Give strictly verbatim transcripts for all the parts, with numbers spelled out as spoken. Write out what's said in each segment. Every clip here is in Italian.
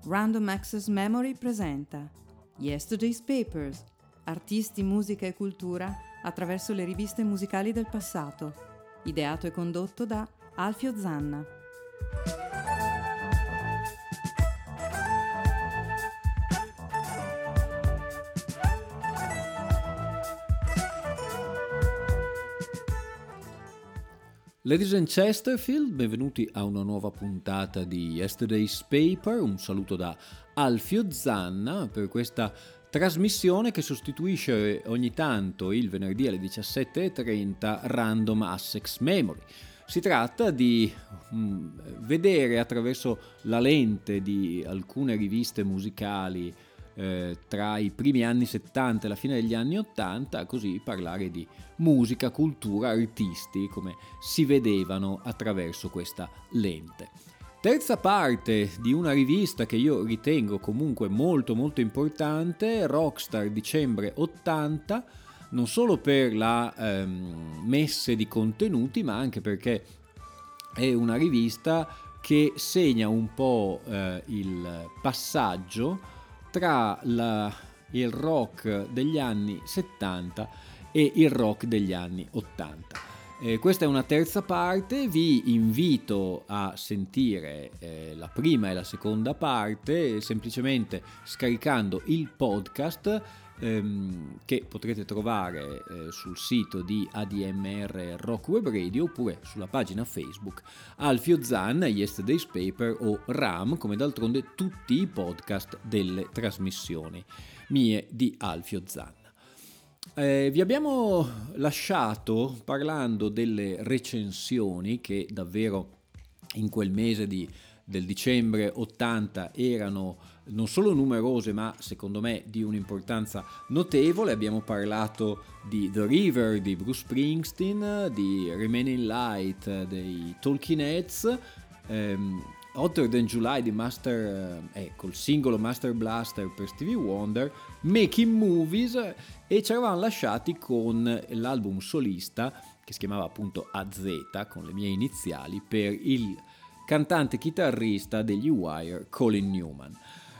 Random Access Memory presenta Yesterday's Papers, artisti, musica e cultura attraverso le riviste musicali del passato, ideato e condotto da Alfio Zanna. Ladies and Chesterfield, benvenuti a una nuova puntata di Yesterday's Paper. Un saluto da Alfio Zanna per questa trasmissione che sostituisce ogni tanto il venerdì alle diciassette e trenta Random Access Memory. Si tratta di mh, vedere attraverso la lente di alcune riviste musicali eh, tra i primi anni settanta e la fine degli anni ottanta, così parlare di musica, cultura, artisti come si vedevano attraverso questa lente. Terza parte di una rivista che io ritengo comunque molto molto importante, Rockstar dicembre ottanta, non solo per la ehm, messe di contenuti, ma anche perché è una rivista che segna un po' eh, il passaggio tra la, il rock degli anni settanta e il rock degli anni ottanta. Eh, questa è una terza parte, vi invito a sentire eh, la prima e la seconda parte semplicemente scaricando il podcast ehm, che potrete trovare eh, sul sito di A D M R Rock Web Radio oppure sulla pagina Facebook Alfio Zanna, Yesterday's Paper o RAM, come d'altronde tutti i podcast delle trasmissioni mie di Alfio Zanna. Eh, vi abbiamo lasciato parlando delle recensioni che davvero in quel mese di, del dicembre ottanta erano non solo numerose ma secondo me di un'importanza notevole. Abbiamo parlato di The River di Bruce Springsteen, di Remaining Light dei Talking Heads, ehm, Hotter Than July di Master, eh, col singolo Master Blaster per Stevie Wonder, Making Movies, e ci eravamo lasciati con l'album solista che si chiamava appunto A Z con le mie iniziali per il cantante chitarrista degli Wire Colin Newman.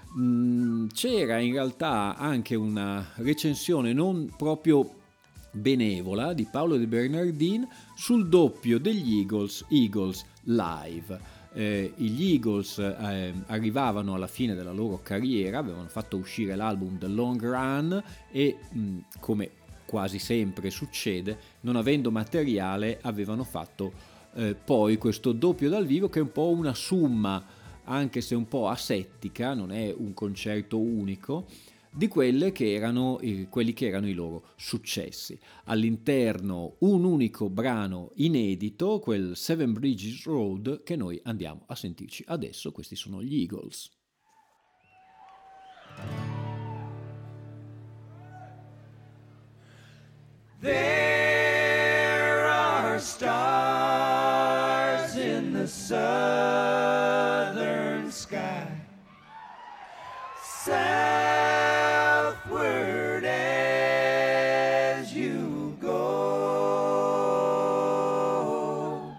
Mm, c'era in realtà anche una recensione non proprio benevola di Paolo De Bernardin sul doppio degli Eagles, Eagles Live. Eh, gli Eagles eh, arrivavano alla fine della loro carriera, avevano fatto uscire l'album The Long Run e mh, come quasi sempre succede, non avendo materiale avevano fatto eh, poi questo doppio dal vivo che è un po' una summa, anche se un po' asettica, non è un concerto unico, di quelle che erano eh, quelli che erano i loro successi. All'interno un unico brano inedito, quel Seven Bridges Road, che noi andiamo a sentirci adesso. Questi sono gli Eagles. There are stars in the southern sky, southward as you go.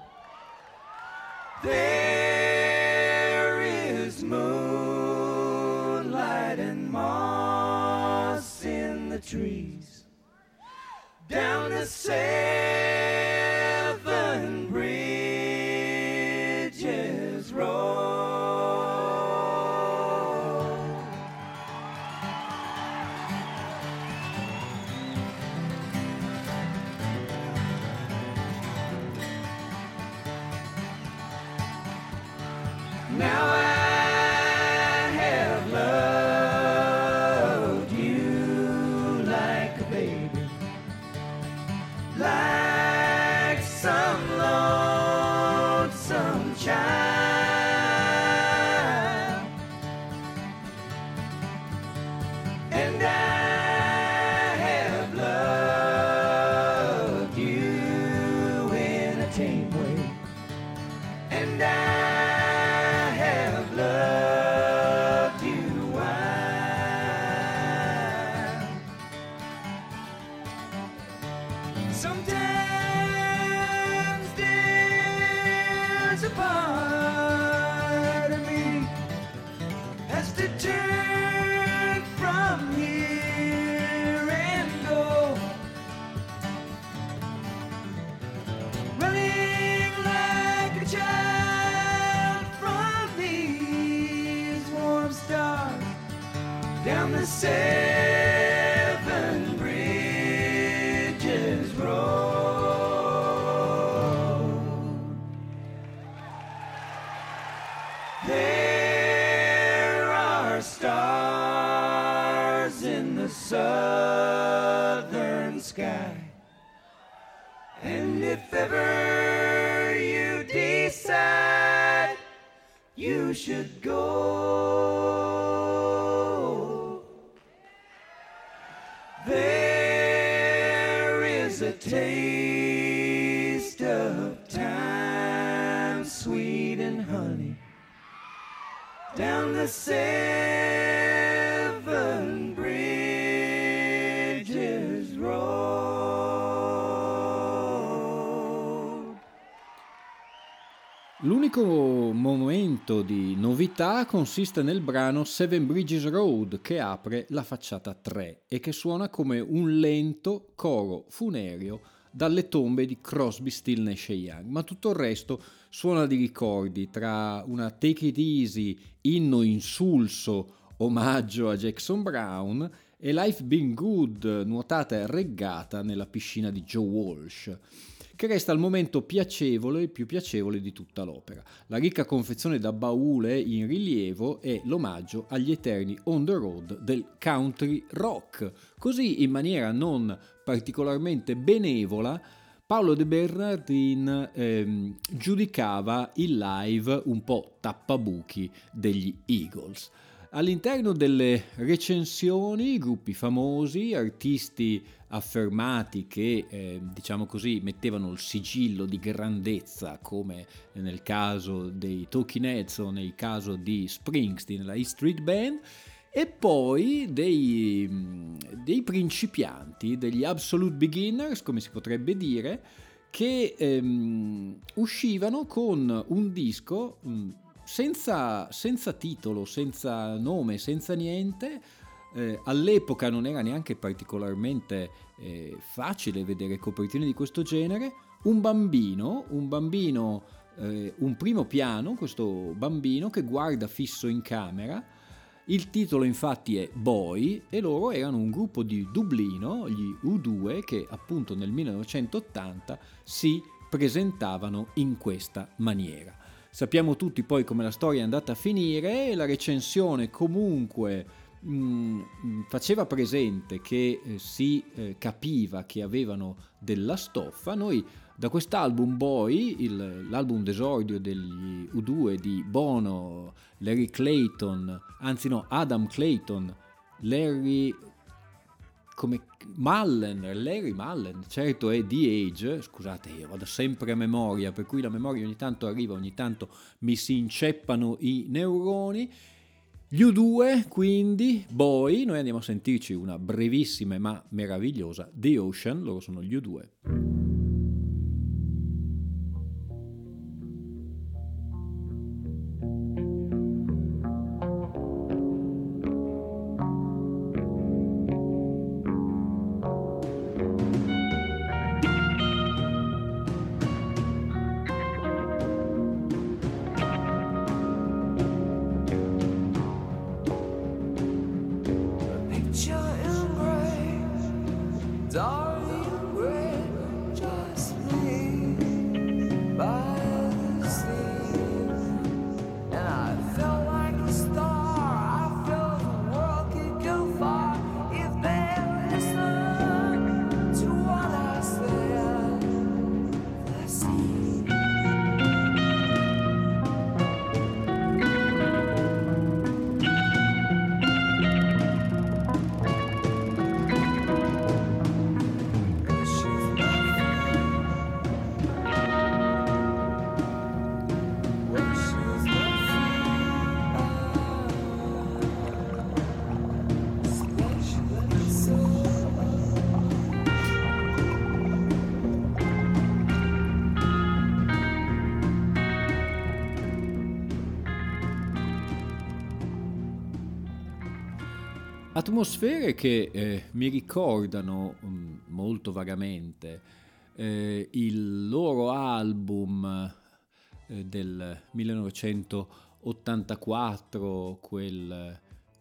There is moonlight and moss in the trees, down the seven bridges road. Now I have loved you like a baby, like some lonesome child, and I have loved you in a tame way, and I have down the Seven Bridges Road. There are stars in the southern sky, and if ever you decide you should go, there is a taste of time, sweet and honey, down the Seven Bridges Road. L'unico momento di novità consiste nel brano Seven Bridges Road, che apre la facciata tre e che suona come un lento coro funereo dalle tombe di Crosby, Still, Nash e Young, ma tutto il resto suona di ricordi, tra una Take It Easy, inno insulso, omaggio a Jackson Browne, e Life Been Good, nuotata e reggata nella piscina di Joe Walsh, che resta al momento piacevole, il più piacevole di tutta l'opera. La ricca confezione da baule in rilievo è l'omaggio agli eterni on the road del country rock. Così, in maniera non particolarmente benevola, Paolo De Bernardin ehm, giudicava il live un po' tappabuchi degli Eagles. All'interno delle recensioni, gruppi famosi, artisti affermati che, eh, diciamo così, mettevano il sigillo di grandezza, come nel caso dei Talking Heads o nel caso di Springsteen, la E Street Band, e poi dei, dei principianti, degli absolute beginners, come si potrebbe dire, che ehm, uscivano con un disco mh, senza, senza titolo, senza nome, senza niente. Eh, all'epoca non era neanche particolarmente eh, facile vedere copertine di questo genere. Un bambino, un bambino, eh, un primo piano, questo bambino che guarda fisso in camera. Il titolo infatti è Boy, e loro erano un gruppo di Dublino, gli U due, che appunto nel millenovecentottanta si presentavano in questa maniera. Sappiamo tutti poi come la storia è andata a finire, e la recensione comunque mh, faceva presente che eh, si eh, capiva che avevano della stoffa. Noi da quest'album Boy, il, l'album d'esordio degli U due di Bono, Larry Clayton, anzi no, Adam Clayton, Larry come Mullen, Larry Mullen, certo, è The Age, scusate, io vado sempre a memoria, per cui la memoria ogni tanto arriva, ogni tanto mi si inceppano i neuroni. Gli U due, quindi, Boy, noi andiamo a sentirci una brevissima ma meravigliosa The Ocean, loro sono gli U due. Atmosfere che eh, mi ricordano mh, molto vagamente eh, il loro album eh, del millenovecentottantaquattro, quel,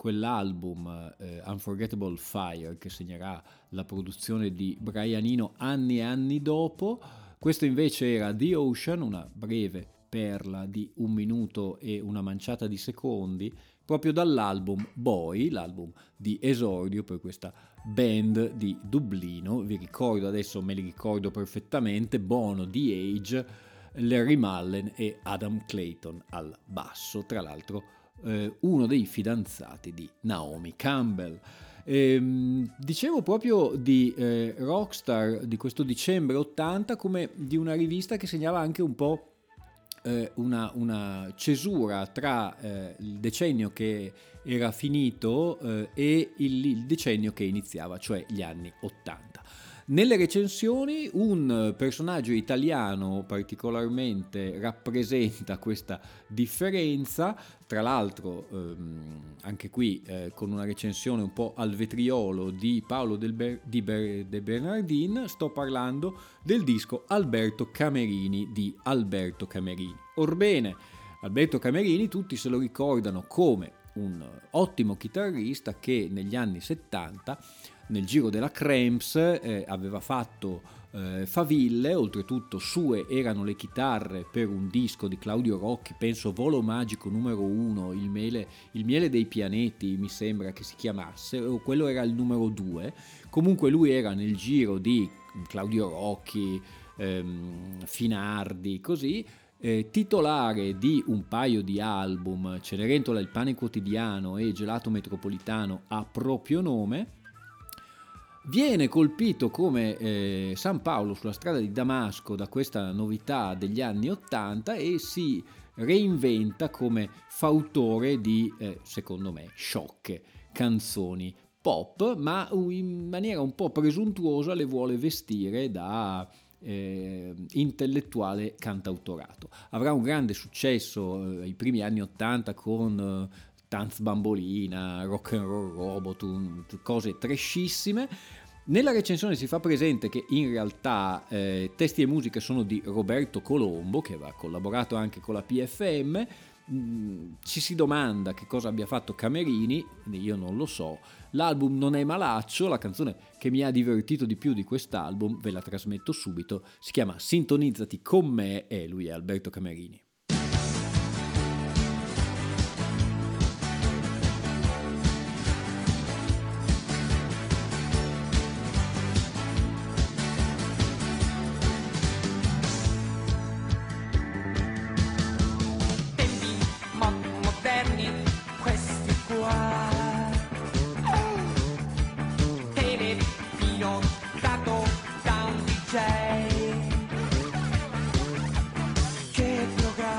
quell'album eh, Unforgettable Fire che segnerà la produzione di Brian Eno anni e anni dopo. Questo invece era The Ocean, una breve perla di un minuto e una manciata di secondi, proprio dall'album Boy, l'album di esordio per questa band di Dublino. Vi ricordo adesso, me li ricordo perfettamente: Bono, The Age, Larry Mullen e Adam Clayton al basso, tra l'altro eh, uno dei fidanzati di Naomi Campbell. Ehm, dicevo proprio di eh, Rockstar di questo dicembre ottanta come di una rivista che segnava anche un po' eh, una, una cesura tra eh, il decennio che era finito eh, e il, il decennio che iniziava, cioè gli anni ottanta. Nelle recensioni un personaggio italiano particolarmente rappresenta questa differenza, tra l'altro ehm, anche qui eh, con una recensione un po' al vetriolo di Paolo Del Ber- di Ber- De Bernardin. Sto parlando del disco Alberto Camerini di Alberto Camerini. Orbene, Alberto Camerini tutti se lo ricordano come un ottimo chitarrista che negli anni settanta nel giro della Cramps eh, aveva fatto eh, faville, oltretutto sue erano le chitarre per un disco di Claudio Rocchi, penso Volo Magico numero uno, il miele, il miele dei pianeti mi sembra che si chiamasse, o quello era il numero due. Comunque lui era nel giro di Claudio Rocchi, ehm, Finardi, così, Eh, titolare di un paio di album, Cenerentola, Il Pane Quotidiano e Gelato Metropolitano a proprio nome. Viene colpito come eh, San Paolo sulla strada di Damasco da questa novità degli anni ottanta e si reinventa come fautore di, eh, secondo me, sciocche canzoni pop, ma in maniera un po' presuntuosa le vuole vestire da Eh, intellettuale cantautorato. Avrà un grande successo eh, ai primi anni ottanta con eh, Tanz Bambolina, Rock and Roll Robot, un, cose trashissime. Nella recensione si fa presente che in realtà eh, testi e musiche sono di Roberto Colombo, che aveva collaborato anche con la P F M. Mm, ci si domanda che cosa abbia fatto Camerini, io non lo so. L'album non è malaccio, la canzone che mi ha divertito di più di quest'album, ve la trasmetto subito, si chiama Sintonizzati con me e lui è Alberto Camerini. Che programma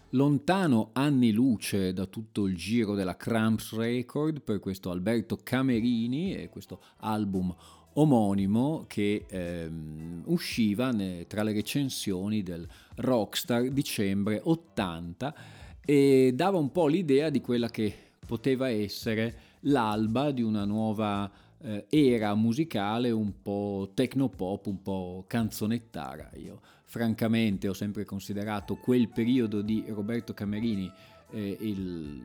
lontano anni luce da tutto il giro della Cramps Record per questo Alberto Camerini e questo album omonimo che ehm, usciva ne, tra le recensioni del Rockstar dicembre ottanta e dava un po' l'idea di quella che poteva essere l'alba di una nuova eh, era musicale un po' tecnopop, un po' canzonettara. Io francamente ho sempre considerato quel periodo di Roberto Camerini eh, il,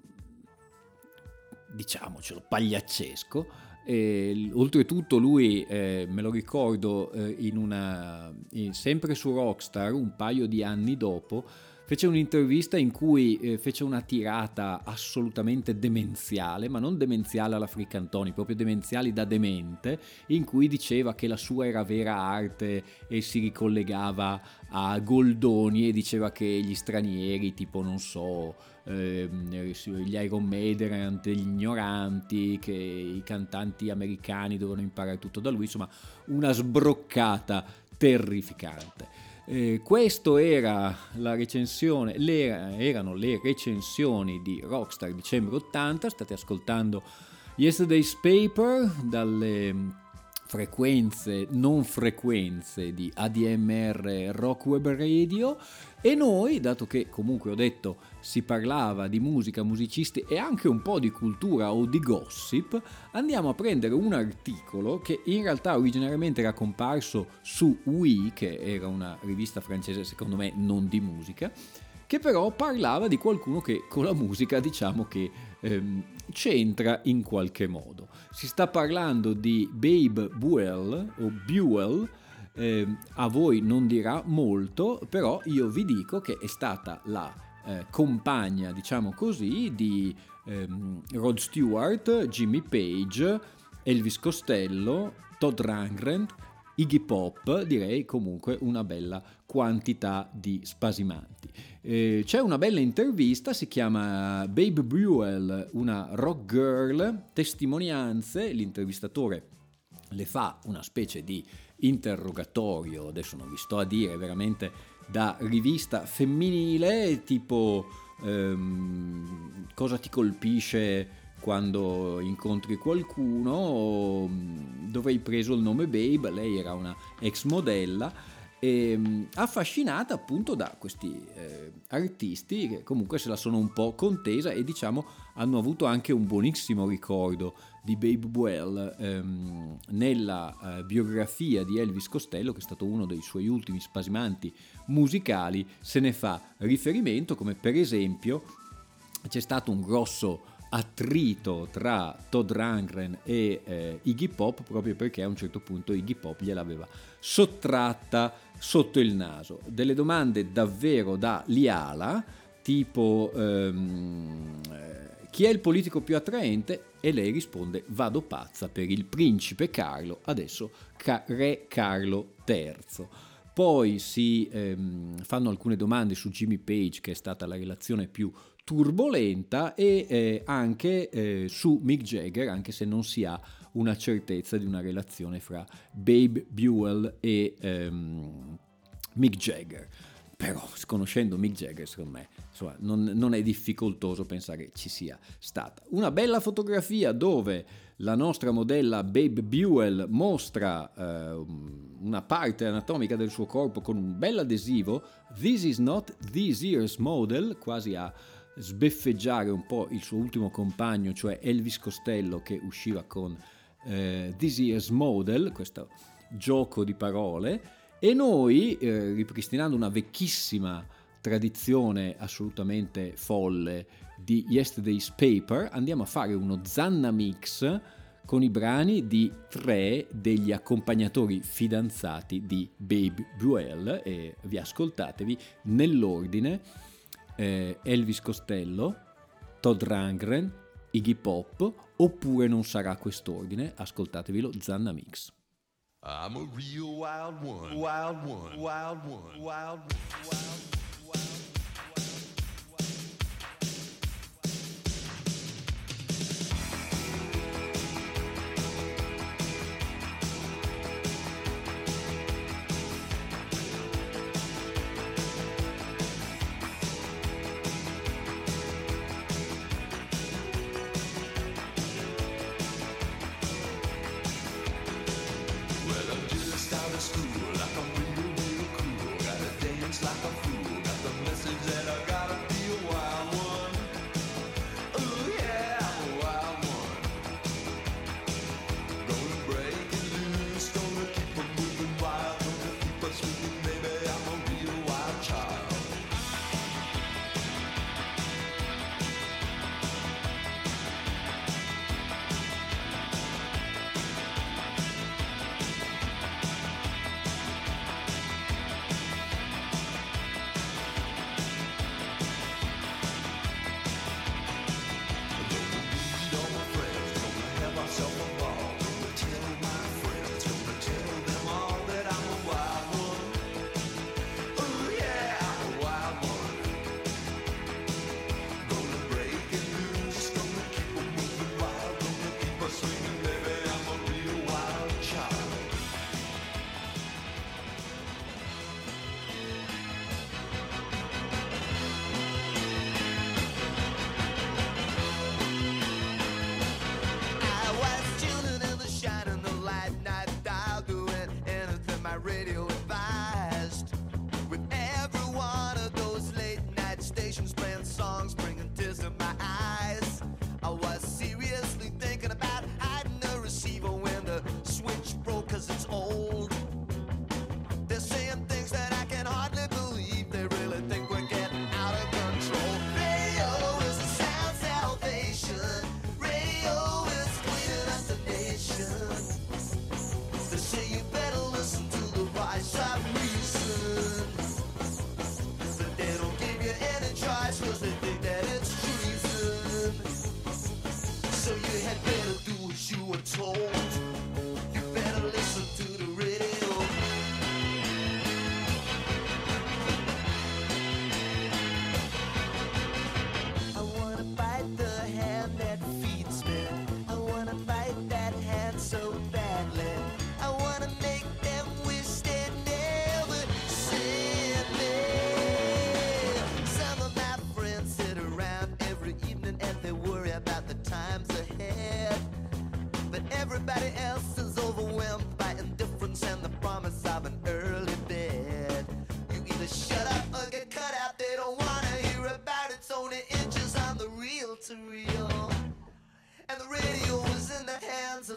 diciamocelo, pagliaccesco. E, oltretutto lui eh, me lo ricordo eh, in una in, sempre su Rockstar un paio di anni dopo fece un'intervista in cui eh, fece una tirata assolutamente demenziale, ma non demenziale alla Fricantoni, proprio demenziali da demente, in cui diceva che la sua era vera arte e si ricollegava a Goldoni e diceva che gli stranieri, tipo non so, eh, gli Iron Maiden, gli ignoranti, che i cantanti americani dovevano imparare tutto da lui, insomma una sbroccata terrificante. Eh, questo era la recensione, le, erano le recensioni di Rockstar dicembre ottanta. State ascoltando Yesterday's Paper dalle frequenze non frequenze di A D M R Rock Web Radio e noi, dato che comunque ho detto si parlava di musica, musicisti e anche un po' di cultura o di gossip, andiamo a prendere un articolo che in realtà originariamente era comparso su Oui, che era una rivista francese secondo me non di musica, che però parlava di qualcuno che con la musica diciamo che ehm, c'entra in qualche modo. Si sta parlando di Babe Buell o Buell, eh, a voi non dirà molto, però io vi dico che è stata la eh, compagna, diciamo così, di ehm, Rod Stewart, Jimmy Page, Elvis Costello, Todd Rundgren, Iggy Pop, direi comunque una bella quantità di spasimanti. Eh, c'è una bella intervista, si chiama Babe Buell, una rock girl, testimonianze, l'intervistatore le fa una specie di interrogatorio, adesso non vi sto a dire, veramente da rivista femminile, tipo ehm, cosa ti colpisce quando incontri qualcuno, dove hai preso il nome Babe. Lei era una ex modella e affascinata appunto da questi eh, artisti che comunque se la sono un po' contesa e diciamo hanno avuto anche un buonissimo ricordo di Babe Buell ehm, nella eh, biografia di Elvis Costello, che è stato uno dei suoi ultimi spasimanti musicali. Se ne fa riferimento, come per esempio c'è stato un grosso attrito tra Todd Rundgren e eh, Iggy Pop, proprio perché a un certo punto Iggy Pop gliel'aveva sottratta sotto il naso. Delle domande davvero da liala, tipo ehm, eh, chi è il politico più attraente? E lei risponde: vado pazza per il principe Carlo, adesso ca- re Carlo terzo. Poi si ehm, fanno alcune domande su Jimmy Page, che è stata la relazione più turbolenta, e eh, anche eh, su Mick Jagger, anche se non si ha una certezza di una relazione fra Babe Buell e ehm, Mick Jagger. Però, conoscendo Mick Jagger, secondo me insomma, non, non è difficoltoso pensare che ci sia stata una bella fotografia dove la nostra modella Babe Buell mostra eh, una parte anatomica del suo corpo con un bel adesivo "This is not this year's model", quasi a sbeffeggiare un po' il suo ultimo compagno, cioè Elvis Costello, che usciva con eh, "This year's model", questo gioco di parole. E noi, eh, ripristinando una vecchissima tradizione assolutamente folle di Yesterday's Paper, andiamo a fare uno Zanna Mix con i brani di tre degli accompagnatori fidanzati di Babe Buell, e vi ascoltatevi nell'ordine: eh, Elvis Costello, Todd Rundgren, Iggy Pop, oppure non sarà quest'ordine, ascoltatevi lo Zanna Mix. I'm a real wild one, wild one, wild one, wild one, wild one.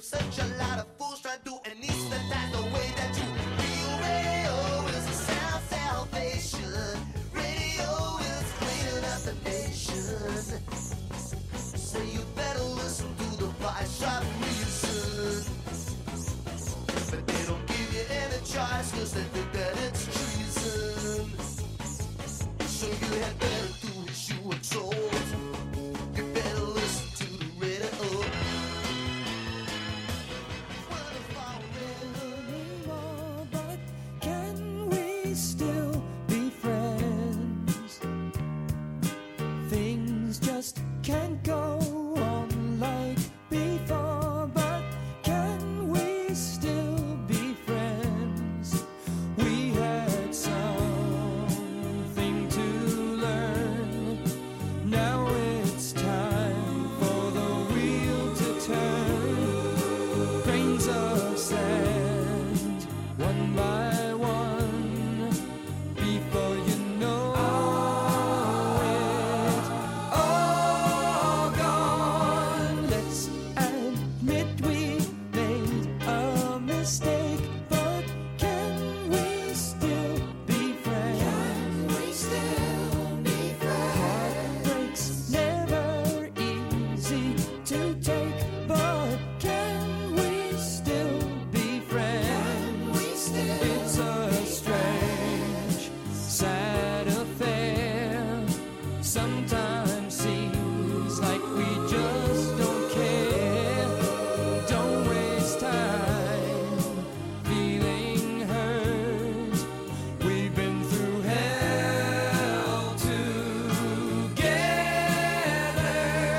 such a lot of fools trying to anesthetize the way that you feel. Radio is a sound salvation. Radio is cleaning up the nation. So you better listen to the voice of reason. But they don't give you any choice, cause they think that it's treason. So you had better do as you were told. You better listen to the radio. But can we still be friends? Things just can't go on like before, but can we still be friends? We had something to learn. Now it's time for the wheel to turn. Grains of sand, one by one, before you know it, all gone. Let's admit we made a mistake, but can we still be friends? Can we still be friends? Heartbreak's never easy to take, but can we still be friends? Can we still it's a strange, sad affair. Sometimes seems like we just don't care. Don't waste time feeling hurt. We've been through hell together.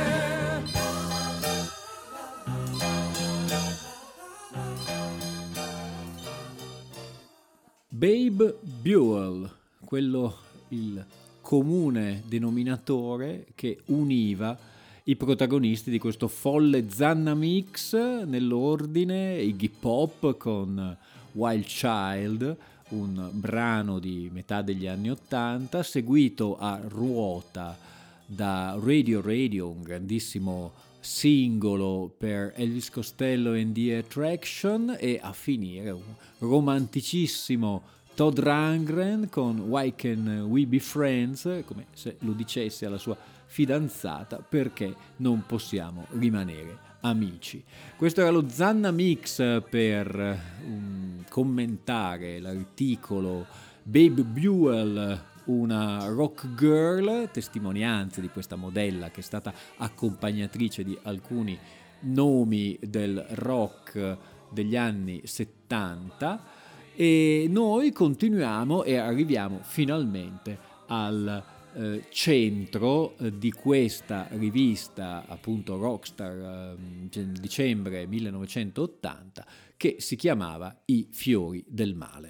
Babe Buell, quello il comune denominatore che univa i protagonisti di questo folle Zanna Mix, nell'ordine Iggy Pop con Wild Child, un brano di metà degli anni ottanta, seguito a ruota da Radio Radio, un grandissimo singolo per Elvis Costello and the Attraction, e a finire un romanticissimo Todd Rundgren con Why Can We Be Friends, come se lo dicesse alla sua fidanzata, perché non possiamo rimanere amici. Questo era lo Zanna Mix per um, commentare l'articolo Babe Buell, una rock girl, testimonianze di questa modella che è stata accompagnatrice di alcuni nomi del rock degli anni settanta, e noi continuiamo e arriviamo finalmente al eh, centro eh, di questa rivista, appunto Rockstar, eh, dicembre millenovecentottanta, che si chiamava I Fiori del Male.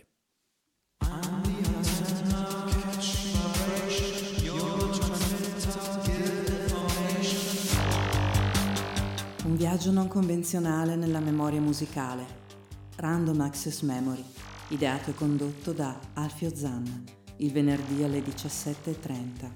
Un viaggio non convenzionale nella memoria musicale. Random Access Memory, ideato e condotto da Alfio Zanna, il venerdì alle diciassette e trenta.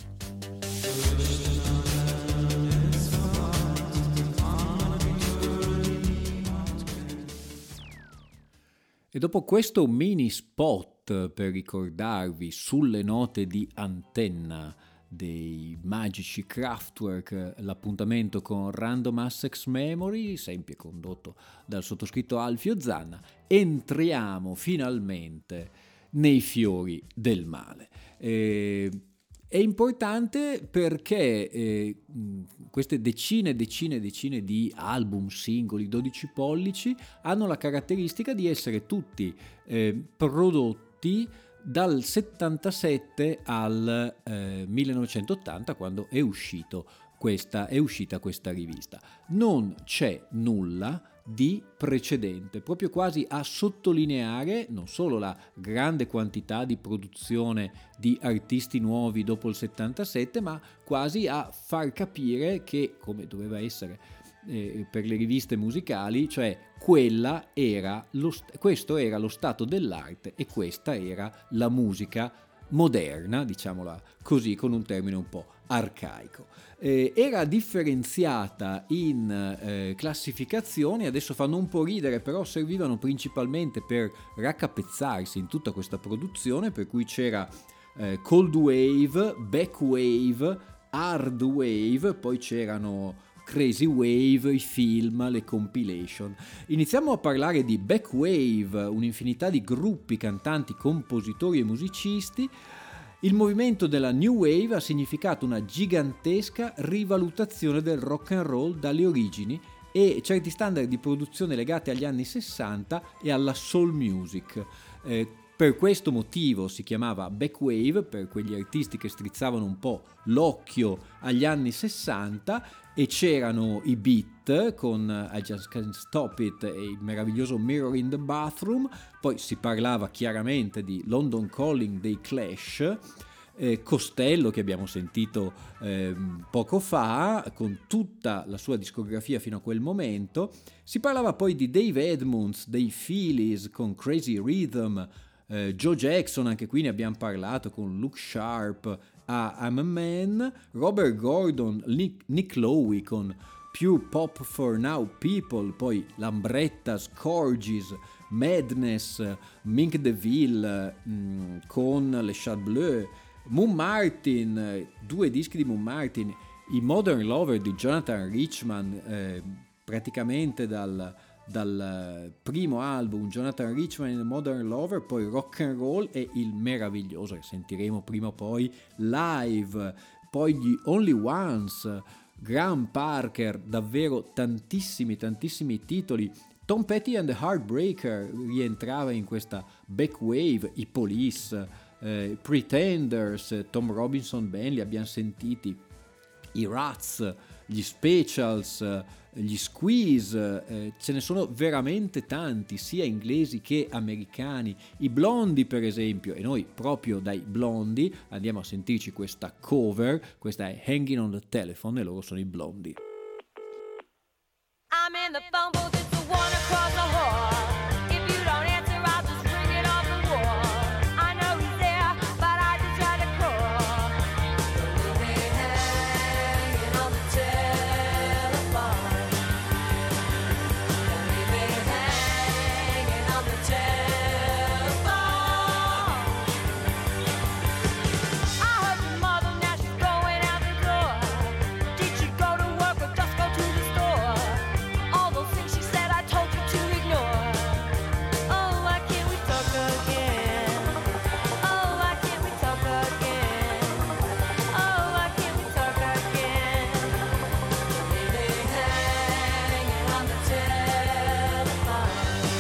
E dopo questo mini spot per ricordarvi sulle note di antenna dei magici Kraftwerk l'appuntamento con Random Access Memory, sempre condotto dal sottoscritto Alfio Zanna, entriamo finalmente nei fiori del male. Eh, è importante perché eh, queste decine e decine e decine di album singoli dodici pollici hanno la caratteristica di essere tutti eh, prodotti dal settantasette al eh, millenovecentottanta, quando è uscito questa, è uscita questa rivista. Non c'è nulla di precedente, proprio quasi a sottolineare non solo la grande quantità di produzione di artisti nuovi dopo il settantasette, ma quasi a far capire che, come doveva essere eh, per le riviste musicali, cioè quella era lo, questo era lo stato dell'arte e questa era la musica moderna, diciamola così, con un termine un po' arcaico. Eh, era differenziata in eh, classificazioni, adesso fanno un po' ridere, però servivano principalmente per raccapezzarsi in tutta questa produzione, per cui c'era eh, cold wave, back wave, hard wave, poi c'erano crazy wave, i film, le compilation. Iniziamo a parlare di back wave, un'infinità di gruppi, cantanti, compositori e musicisti. Il movimento della New Wave ha significato una gigantesca rivalutazione del rock and roll dalle origini e certi standard di produzione legati agli anni sessanta e alla soul music. Eh, per questo motivo si chiamava back wave, per quegli artisti che strizzavano un po' l'occhio agli anni sessanta, e c'erano i beat con I Just Can't Stop It e il meraviglioso Mirror in the Bathroom, poi si parlava chiaramente di London Calling dei Clash, eh, Costello che abbiamo sentito eh, poco fa con tutta la sua discografia fino a quel momento, si parlava poi di Dave Edmunds, dei Phillies con Crazy Rhythm, eh, Joe Jackson, anche qui ne abbiamo parlato con Look Sharp, a I'm a Man, Robert Gordon, Nick, Nick Lowe con Pure Pop for Now People, poi Lambretta, Scourges, Madness, Mink DeVille mh, con Le Chat Bleu, Moon Martin, due dischi di Moon Martin, i Modern Lover di Jonathan Richman, eh, praticamente dal dal primo album Jonathan Richman and the Modern Lover, poi Rock and Roll e il meraviglioso che sentiremo prima o poi Live, poi gli Only Ones, Graham Parker, davvero tantissimi tantissimi titoli. Tom Petty and the Heartbreaker rientrava in questa back wave, i Police, eh, Pretenders, Tom Robinson Band li abbiamo sentiti, i Rats, gli Specials, gli Squeeze, eh, ce ne sono veramente tanti, sia inglesi che americani, i Blondie per esempio, e noi proprio dai Blondie andiamo a sentirci questa cover, questa è Hanging on the Telephone e loro sono i Blondie. I'm in the phone booth, it's the one across the hall. If you don't answer, I'll just ring it off the wall. I know he's there, but I just try to call. We'll be hanging on the telephone. We'll be hanging on the telephone. I heard your mother, now she's going out the door. Did you go to work or just go to the store? All those things she said I told you to ignore. Oh, why can't we talk again? Oh, why can't we talk again? Oh, why can't we talk again? We'll be hanging on the telephone.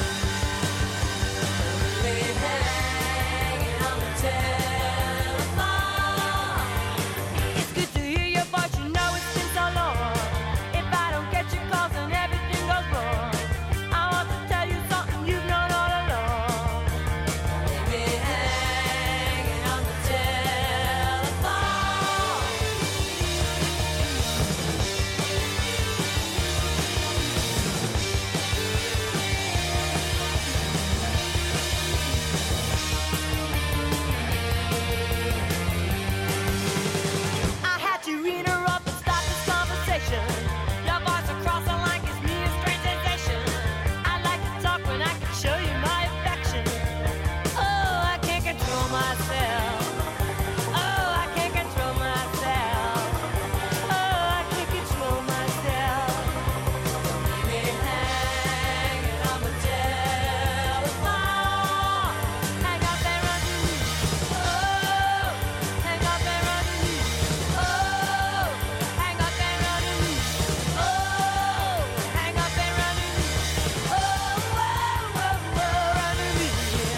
We'll be hanging on the telephone. It's good to hear your voice, you know it's been so long. If I don't get your calls, then everything goes wrong. I want to tell you something you've known all along. We'll be hanging on the telephone. I had to interrupt and stop this conversation. Your voice across the line gives me a strange sensation. I like to talk when I can show you my affection. Oh, I can't control myself. Oh, I can't control myself. Oh, I can't control myself. We'll be hanging on the telephone. Hang up and run to me. Oh, hang up and run to me. Oh, hang up and run to me. Oh, hang up and run to me. Oh, whoa, whoa, whoa, run to me.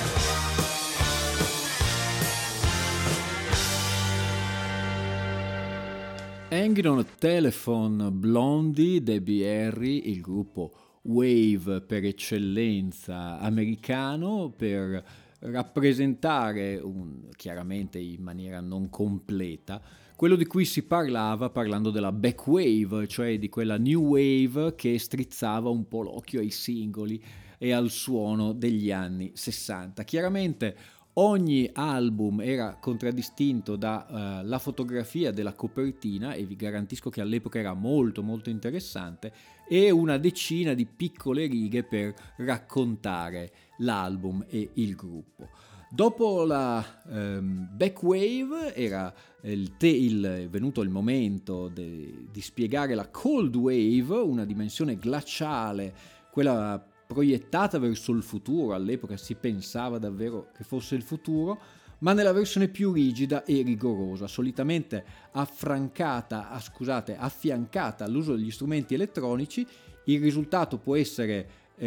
Hanging on a Telephone, Blondie, Debbie Harry, il gruppo wave per eccellenza americano, per rappresentare, un, chiaramente in maniera non completa, quello di cui si parlava parlando della back wave, cioè di quella new wave che strizzava un po' l'occhio ai singoli e al suono degli anni sessanta. Chiaramente Ogni album era contraddistinto da uh, la fotografia della copertina, e vi garantisco che all'epoca era molto molto interessante, e una decina di piccole righe per raccontare l'album e il gruppo. Dopo la um, Back Wave era il te- il, venuto il momento de- di spiegare la Cold Wave, una dimensione glaciale, quella proiettata verso il futuro. All'epoca si pensava davvero che fosse il futuro, ma nella versione più rigida e rigorosa, solitamente affrancata, ah, scusate, affiancata all'uso degli strumenti elettronici. Il risultato può essere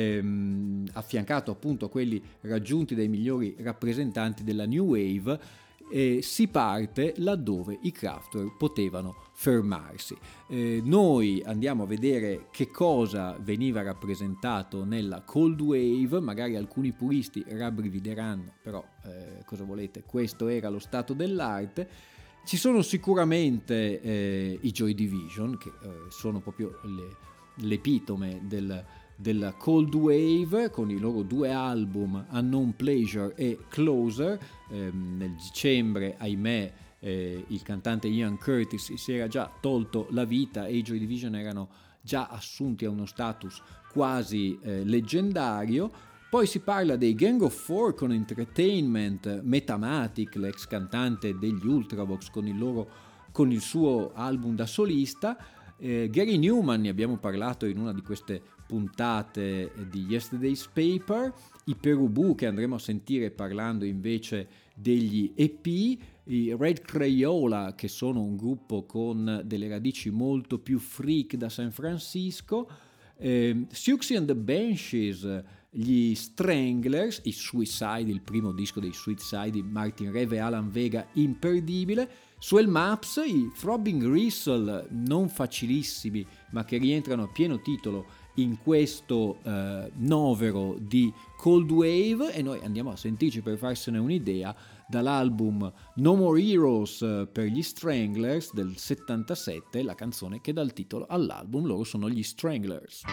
ehm, affiancato appunto a quelli raggiunti dai migliori rappresentanti della New Wave. E si parte laddove i Kraftwerk potevano fermarsi. Eh, noi andiamo a vedere che cosa veniva rappresentato nella Cold Wave. Magari alcuni puristi rabbrivideranno, però eh, cosa volete, questo era lo stato dell'arte. Ci sono sicuramente eh, i Joy Division, che eh, sono proprio le, l'epitome del della Cold Wave, con i loro due album Unknown Pleasure e Closer. Eh, nel dicembre, ahimè, eh, il cantante Ian Curtis si era già tolto la vita e i Joy Division erano già assunti a uno status quasi eh, leggendario. Poi si parla dei Gang of Four con Entertainment, Metamatic, l'ex cantante degli Ultravox, con il, loro, con il suo album da solista. Eh, Gary Newman, ne abbiamo parlato in una di queste puntate di Yesterday's Paper. I Perubu, che andremo a sentire parlando invece degli E P. I Red Crayola, che sono un gruppo con delle radici molto più freak da San Francisco. eh, Siouxsie and the Banshees, gli Stranglers, i Suicide, il primo disco dei Suicide di Martin Rev e Alan Vega, imperdibile. Swell Maps, i Throbbing Gristle, non facilissimi, ma che rientrano a pieno titolo in questo eh, novero di Cold Wave, e noi andiamo a sentirci, per farsene un'idea, dall'album No More Heroes eh, per gli Stranglers del settantasette, la canzone che dà il titolo all'album. Loro sono gli Stranglers.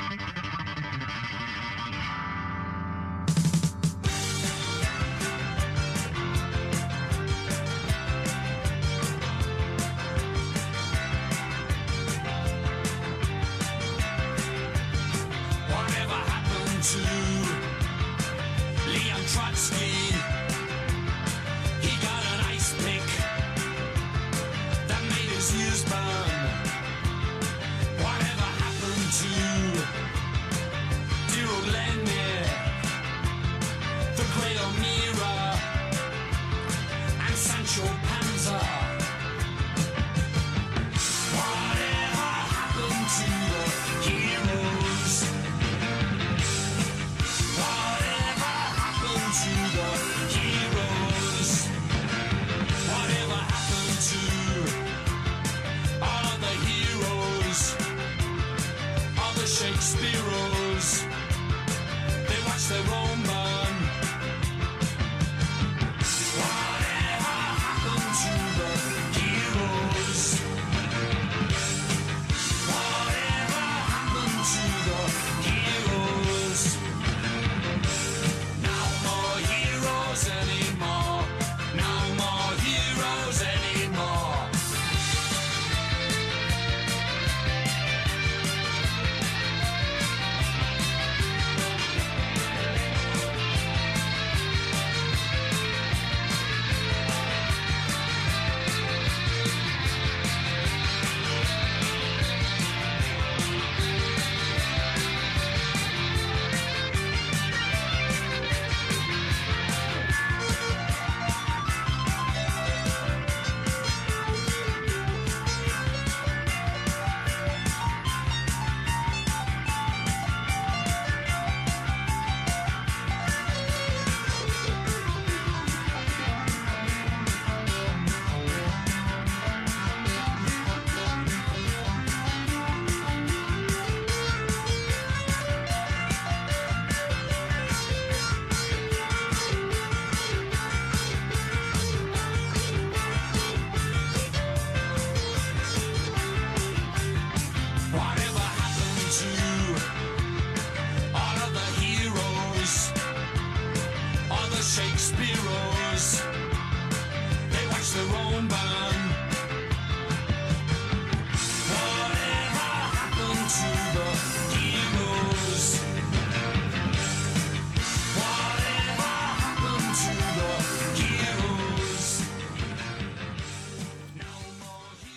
Whatever happened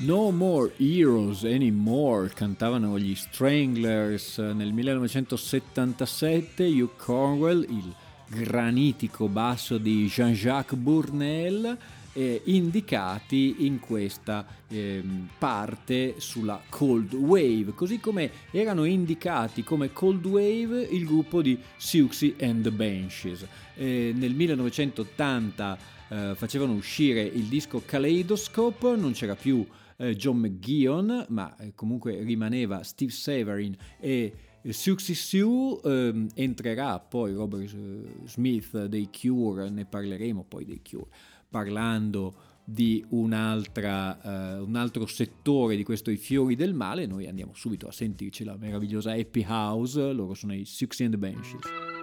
No More Heroes Anymore cantavano gli Stranglers nel millenovecentosettantasette. Hugh Cornwell, il granitico basso di Jean-Jacques Bournel, eh, indicati in questa eh, parte sulla Cold Wave, così come erano indicati come Cold Wave il gruppo di Siouxsie and the Banshees. Eh, nel millenovecentottanta eh, facevano uscire il disco Kaleidoscope, non c'era più eh, John McGeon, ma eh, comunque rimaneva Steve Severin e Siouxsie Sioux. ehm, entrerà poi Robert eh, Smith dei Cure, ne parleremo poi dei Cure, parlando di un'altra, eh, un altro settore di questo I Fiori del Male. Noi andiamo subito a sentirci la meravigliosa Happy House, loro sono i Siouxsie and the Banshees.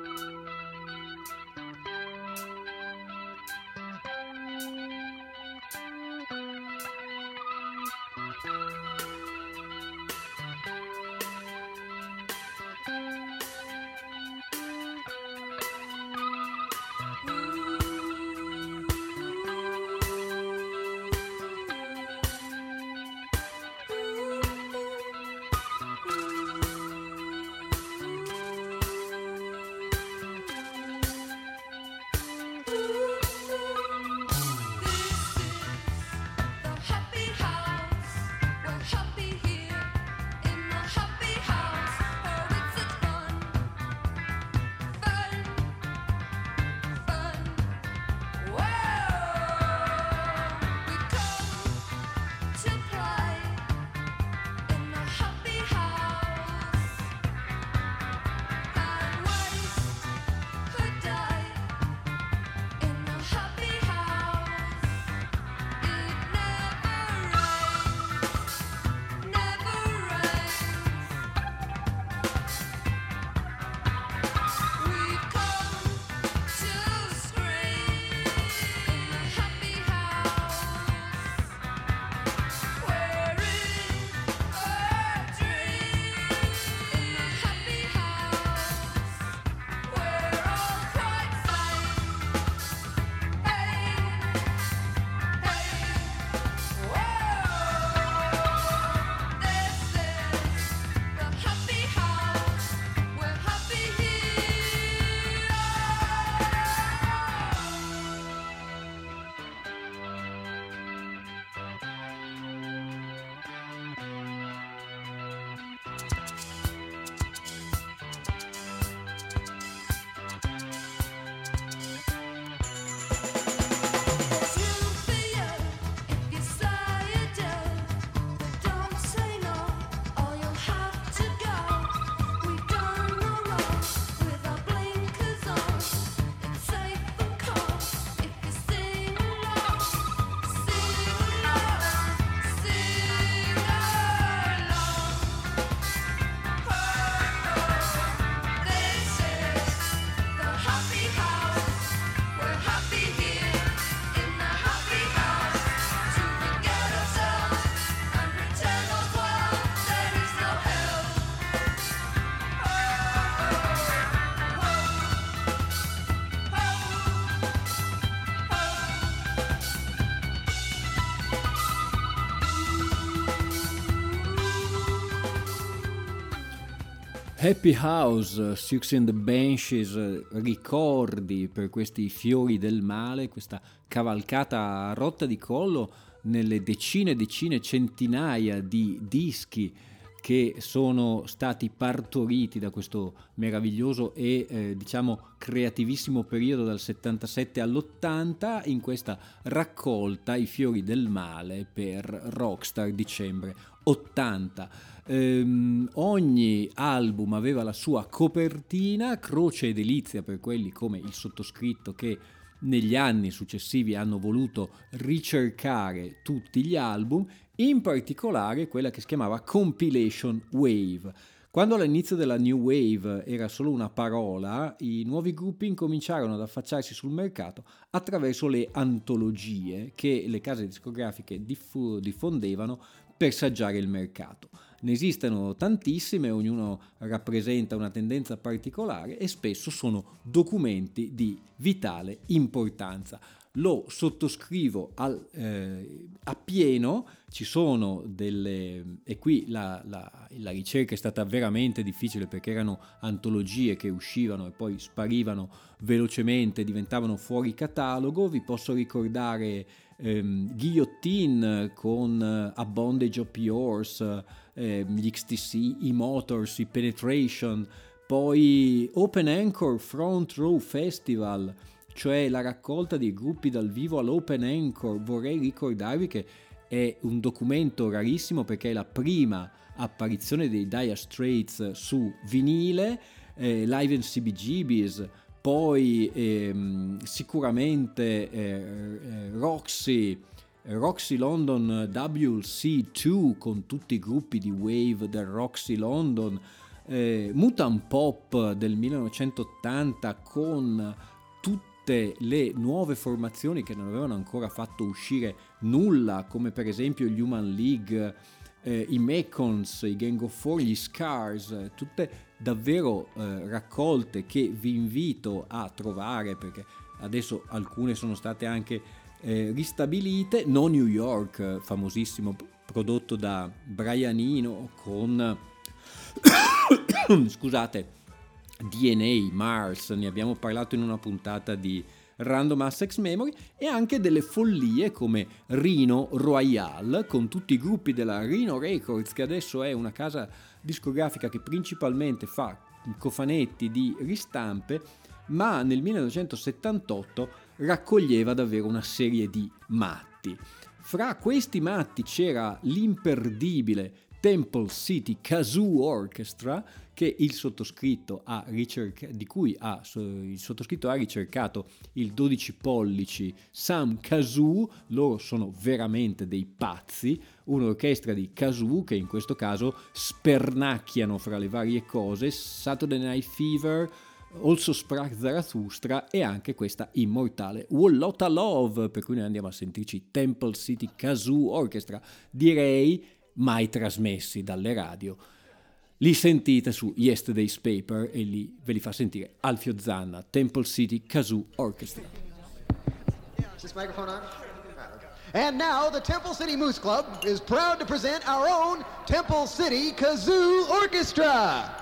Happy House, Siouxsie and the Banshees, ricordi per questi fiori del male, questa cavalcata a rotta di collo nelle decine e decine, centinaia di dischi che sono stati partoriti da questo meraviglioso e eh, diciamo creativissimo periodo dal settantasette all'ottanta in questa raccolta I Fiori del Male per Rockstar dicembre ottanta. Ehm, ogni album aveva la sua copertina, croce e delizia per quelli come il sottoscritto che negli anni successivi hanno voluto ricercare tutti gli album, in particolare quella che si chiamava Compilation Wave. Quando all'inizio della New Wave era solo una parola, i nuovi gruppi incominciarono ad affacciarsi sul mercato attraverso le antologie che le case discografiche diffu- diffondevano per saggiare il mercato. Ne esistono tantissime, ognuno rappresenta una tendenza particolare e spesso sono documenti di vitale importanza. lo sottoscrivo al, eh, appieno. Ci sono delle, e qui la, la, la ricerca è stata veramente difficile, perché erano antologie che uscivano e poi sparivano velocemente, diventavano fuori catalogo. Vi posso ricordare ehm, Guillotine con uh, A Bondage of Yours, eh, gli X T C, i Motors, i Penetration, poi Open Anchor Front Row Festival, cioè la raccolta dei gruppi dal vivo all'Open Anchor. Vorrei ricordarvi che è un documento rarissimo, perché è la prima apparizione dei Dire Straits su vinile, eh, Live in C B G B's, poi ehm, sicuramente eh, eh, Roxy, Roxy London W C due con tutti i gruppi di wave del Roxy London, eh, Mutant Pop del millenovecentottanta con tutti le nuove formazioni che non avevano ancora fatto uscire nulla, come per esempio gli Human League, eh, i Mekons, i Gang of Four, gli Scars, eh, tutte davvero eh, raccolte che vi invito a trovare, perché adesso alcune sono state anche eh, ristabilite. No New York, famosissimo, prodotto da Brian Eno con scusate D N A, Mars, ne abbiamo parlato in una puntata di Random Access Memory, e anche delle follie come Rhino Royale, con tutti i gruppi della Rhino Records, che adesso è una casa discografica che principalmente fa cofanetti di ristampe, ma nel millenovecentosettantotto raccoglieva davvero una serie di matti. Fra questi matti c'era l'imperdibile Temple City Kazoo Orchestra, che il sottoscritto ha ricerca- di cui ha, il sottoscritto ha ricercato il dodici pollici Sam Kazoo. Loro sono veramente dei pazzi, un'orchestra di kazoo che in questo caso spernacchiano fra le varie cose Saturday Night Fever, Also Sprach Zarathustra e anche questa immortale Wolotta Love, per cui noi andiamo a sentirci Temple City Kazoo Orchestra, direi mai trasmessi dalle radio. Li sentite su Yesterday's Paper e lì ve li fa sentire Alfio Zanna, Temple City Kazoo Orchestra. Is this microphone on? And now the Temple City Moose Club is proud to present our own Temple City Kazoo Orchestra.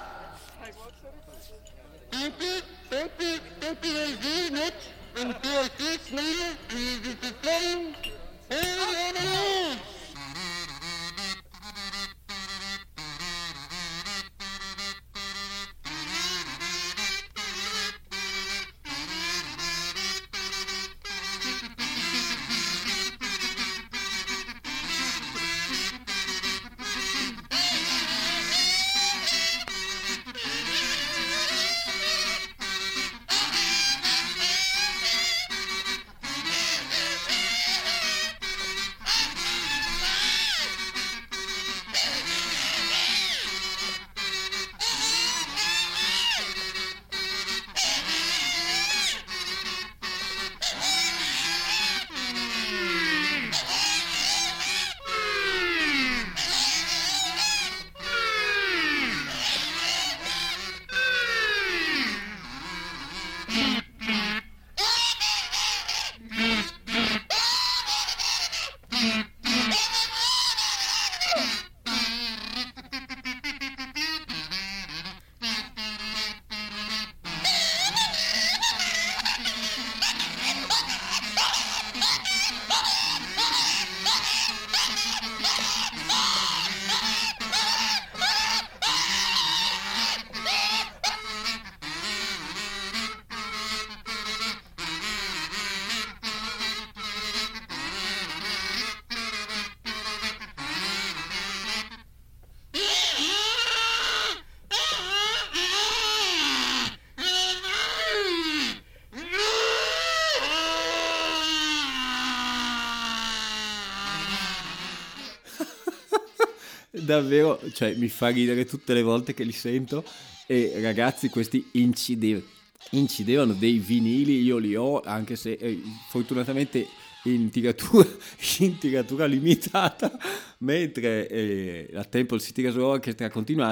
Davvero, cioè mi fa ridere tutte le volte che li sento. E ragazzi, questi incidevano, incidevano dei vinili, io li ho, anche se eh, fortunatamente in tiratura, in tiratura limitata, mentre eh, la Temple City Kazoo Orchestra continua a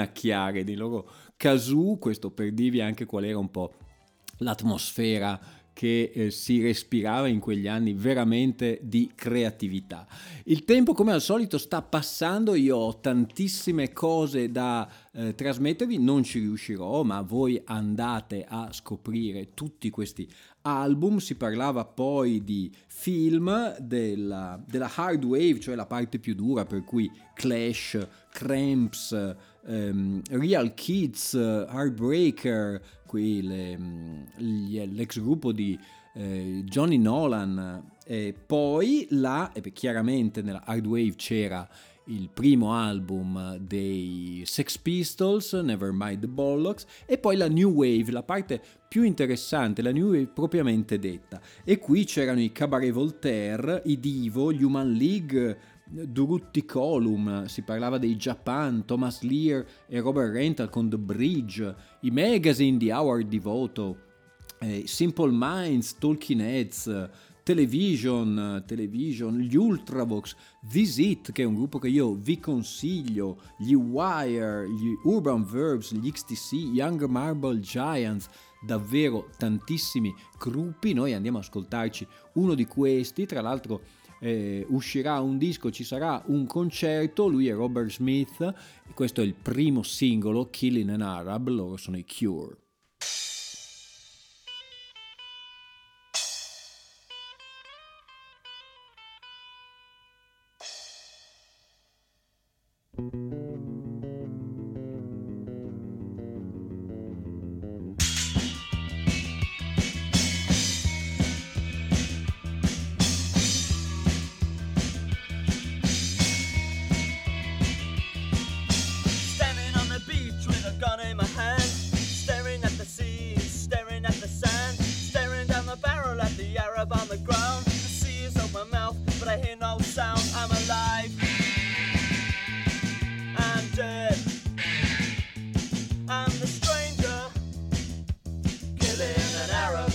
spernacchiare di loro kazoo. Questo per dirvi anche qual era un po' l'atmosfera che eh, si respirava in quegli anni veramente di creatività. Il tempo come al solito sta passando, io ho tantissime cose da eh, trasmettervi, non ci riuscirò, ma voi andate a scoprire tutti questi album. Si parlava poi di film della, della hard wave, cioè la parte più dura, per cui Clash, Cramps, um, Real Kids, Heartbreaker, qui le, gli, l'ex gruppo di eh, Johnny Nolan, e poi la, e chiaramente nella hard wave c'era il primo album dei Sex Pistols, Nevermind the Bollocks, e poi la New Wave, la parte più interessante, la New Wave propriamente detta. E qui c'erano i Cabaret Voltaire, i Divo, gli Human League, Durutti Column, si parlava dei Japan, Thomas Lear e Robert Rental con The Bridge, i Magazine di Howard Devoto, eh, Simple Minds, Talking Heads, Television, Television, gli Ultravox, This It, che è un gruppo che io vi consiglio, gli Wire, gli Urban Verbs, gli X T C, Young Marble Giants, davvero tantissimi gruppi. Noi andiamo ad ascoltarci uno di questi, tra l'altro eh, uscirà un disco, ci sarà un concerto, lui è Robert Smith, questo è il primo singolo, Killing an Arab, loro sono i Cure. Standing on the beach with a gun in my hand, staring at the sea, staring at the sand, staring down the barrel at the Arab on the ground. The sea is open mouth, but I hear no sound. I'm alive. I'm dead. I'm the stranger, killing an Arab.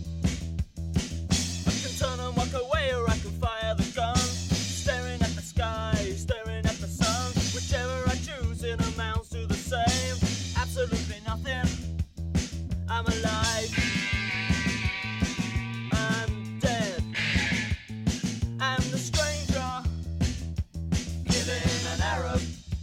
I can turn and walk away, or I can fire the gun. Staring at the sky, staring at the sun. Whichever I choose, it amounts to the same. Absolutely nothing. I'm alive. I'm dead. I'm the stranger, killing an Arab.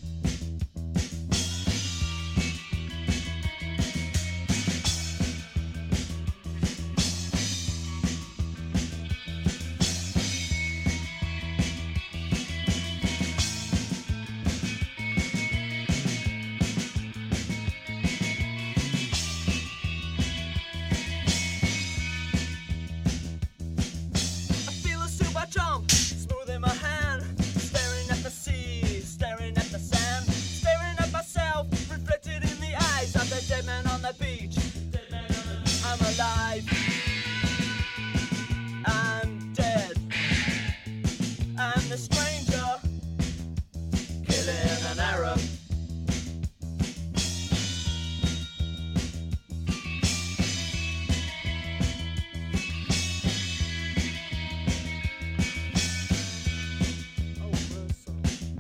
I feel a super jump, smooth in my hand, staring at the sea, staring at the sand, staring at myself, reflected in the eyes of the dead man on the beach. I'm alive. I'm dead. I'm the stranger, killing an Arab. Oh, mercy.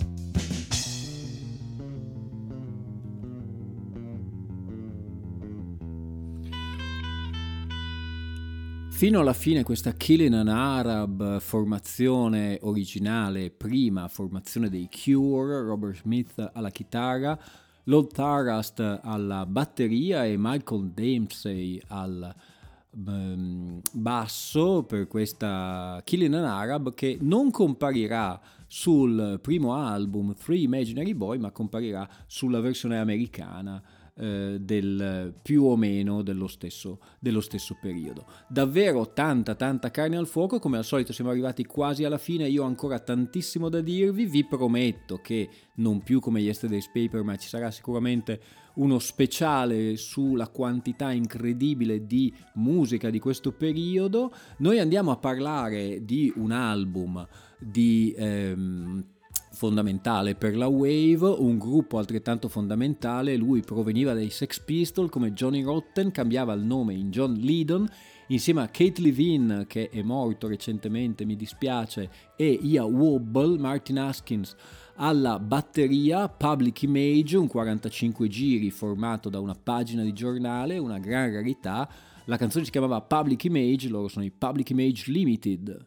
Fino alla fine questa Killing an Arab, formazione originale, prima formazione dei Cure, Robert Smith alla chitarra, Lord Tharast alla batteria e Michael Dempsey al um, basso per questa Killing an Arab, che non comparirà sul primo album Three Imaginary Boy, ma comparirà sulla versione americana eh, del più o meno dello stesso, dello stesso periodo. Davvero tanta tanta carne al fuoco, come al solito siamo arrivati quasi alla fine, io ho ancora tantissimo da dirvi, vi prometto che non più come Yesterday's Paper, ma ci sarà sicuramente uno speciale sulla quantità incredibile di musica di questo periodo. Noi andiamo a parlare di un album di ehm, fondamentale per la wave, un gruppo altrettanto fondamentale. Lui proveniva dai Sex Pistols come Johnny Rotten, cambiava il nome in John Lydon, insieme a Kate Levine, che è morto recentemente, mi dispiace, e Ia Wobble, Martin Haskins alla batteria, Public Image, un quarantacinque giri formato da una pagina di giornale, una gran rarità, La canzone si chiamava Public Image, loro sono i Public Image Limited.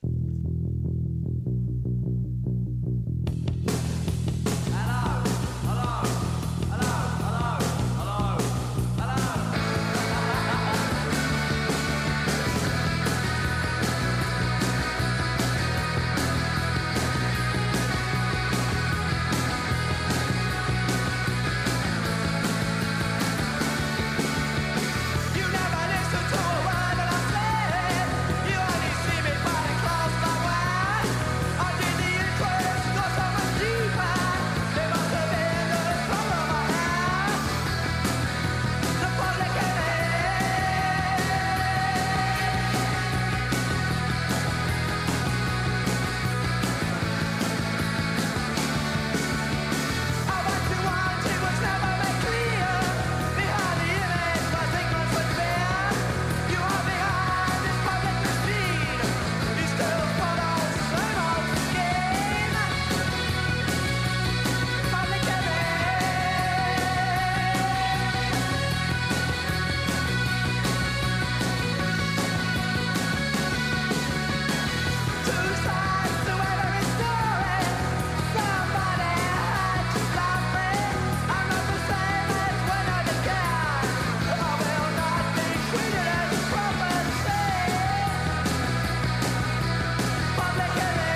You never listen to a word that I say. You only see me fighting close my way. I did the interest go so much deeper. They must have been the color of my hair. The public I what you want, it was never made clear. Behind the image was ignorance and fear. You are behind this public machine. You still follow same old scheme. Public Two sides to every story. Somebody had to stop me. I'm not the same as when I began. I will not be treated as property. Public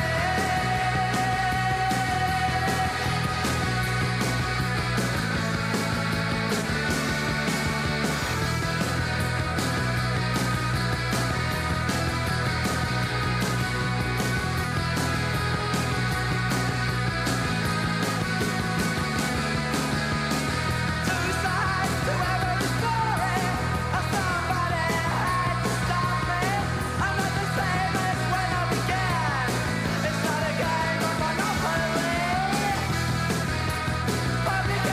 Two sides to every story. Somebody had to stop me. I'm not the same as when I began. It's not a game of monopoly. Public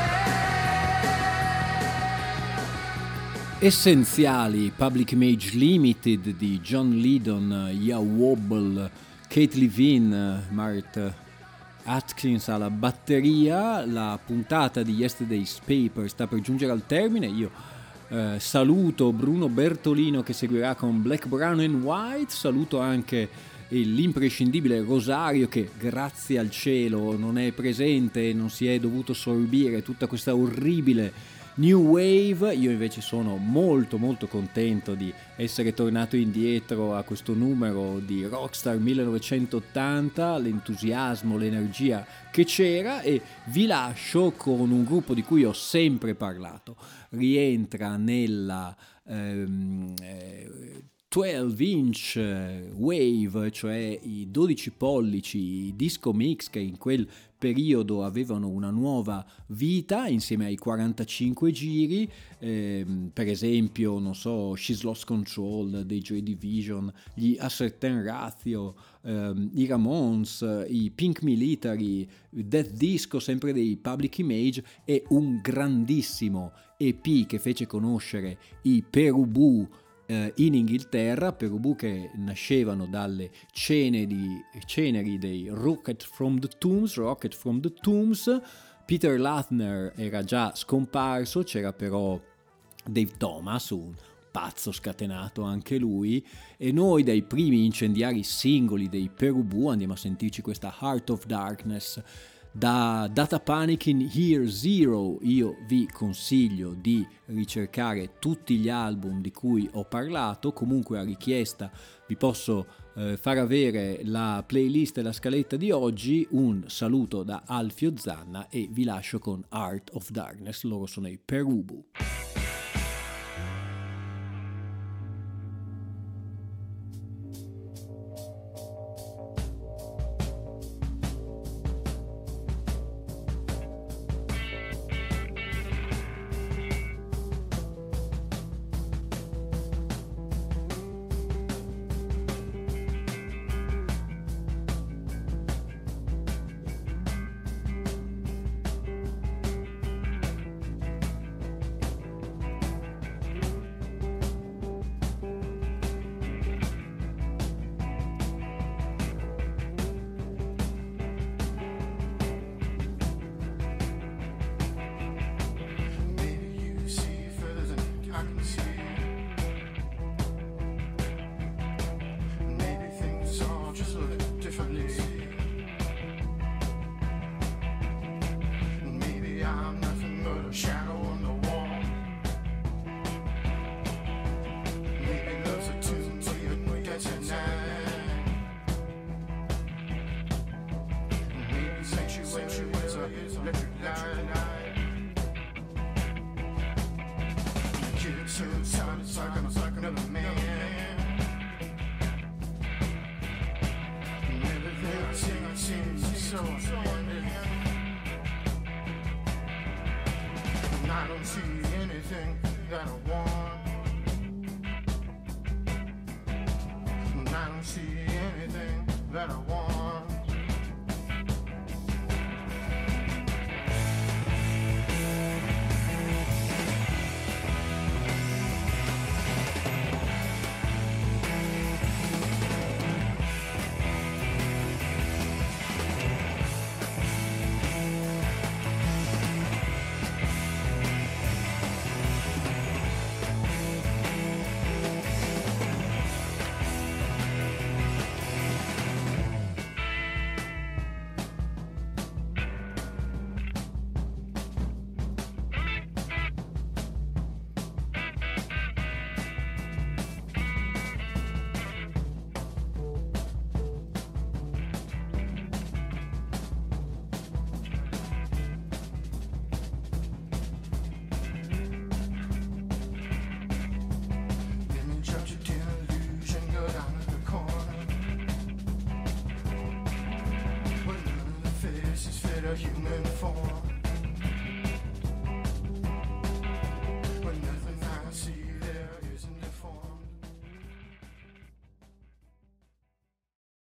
Essenziali, Public Image Limited di John Lydon, Ya Wobble, Kate Levine, Mart Atkins alla batteria. La puntata di Yesterday's Paper sta per giungere al termine. Io eh, saluto Bruno Bertolino che seguirà con Black, Brown and White, saluto anche l'imprescindibile Rosario che grazie al cielo non è presente e non si è dovuto sorbire tutta questa orribile New Wave. Io invece sono molto molto contento di essere tornato indietro a questo numero di Rockstar millenovecentottanta, l'entusiasmo, l'energia che c'era, e vi lascio con un gruppo di cui ho sempre parlato. Rientra nella ehm, eh, dodici inch wave, cioè i dodici pollici, i disco mix che in quel periodo avevano una nuova vita insieme ai quarantacinque giri, ehm, per esempio, non so, She's Lost Control dei Joy Division, gli Ascertain Ratio, ehm, i Ramones, i Pink Military, Death Disco sempre dei Public Image, e un grandissimo E P che fece conoscere i Perubu in Inghilterra, Perubu che nascevano dalle ceneri, ceneri dei Rocket from the Tombs, Rocket from the Tombs. Peter Lathner era già scomparso, c'era però Dave Thomas, un pazzo scatenato anche lui, e noi dai primi incendiari singoli dei Perubu andiamo a sentirci questa Heart of Darkness. Da Data Panic in Year Zero io vi consiglio di ricercare tutti gli album di cui ho parlato. Comunque a richiesta vi posso eh, far avere la playlist e la scaletta di oggi. Un saluto da Alfio Zanna e vi lascio con Heart of Darkness, loro sono i Perubu. electric light. Kid so tired, it's like I'm like another man. And everything I see, I seems so unending. And I don't see anything that I want. And I don't see anything that I want. A human form.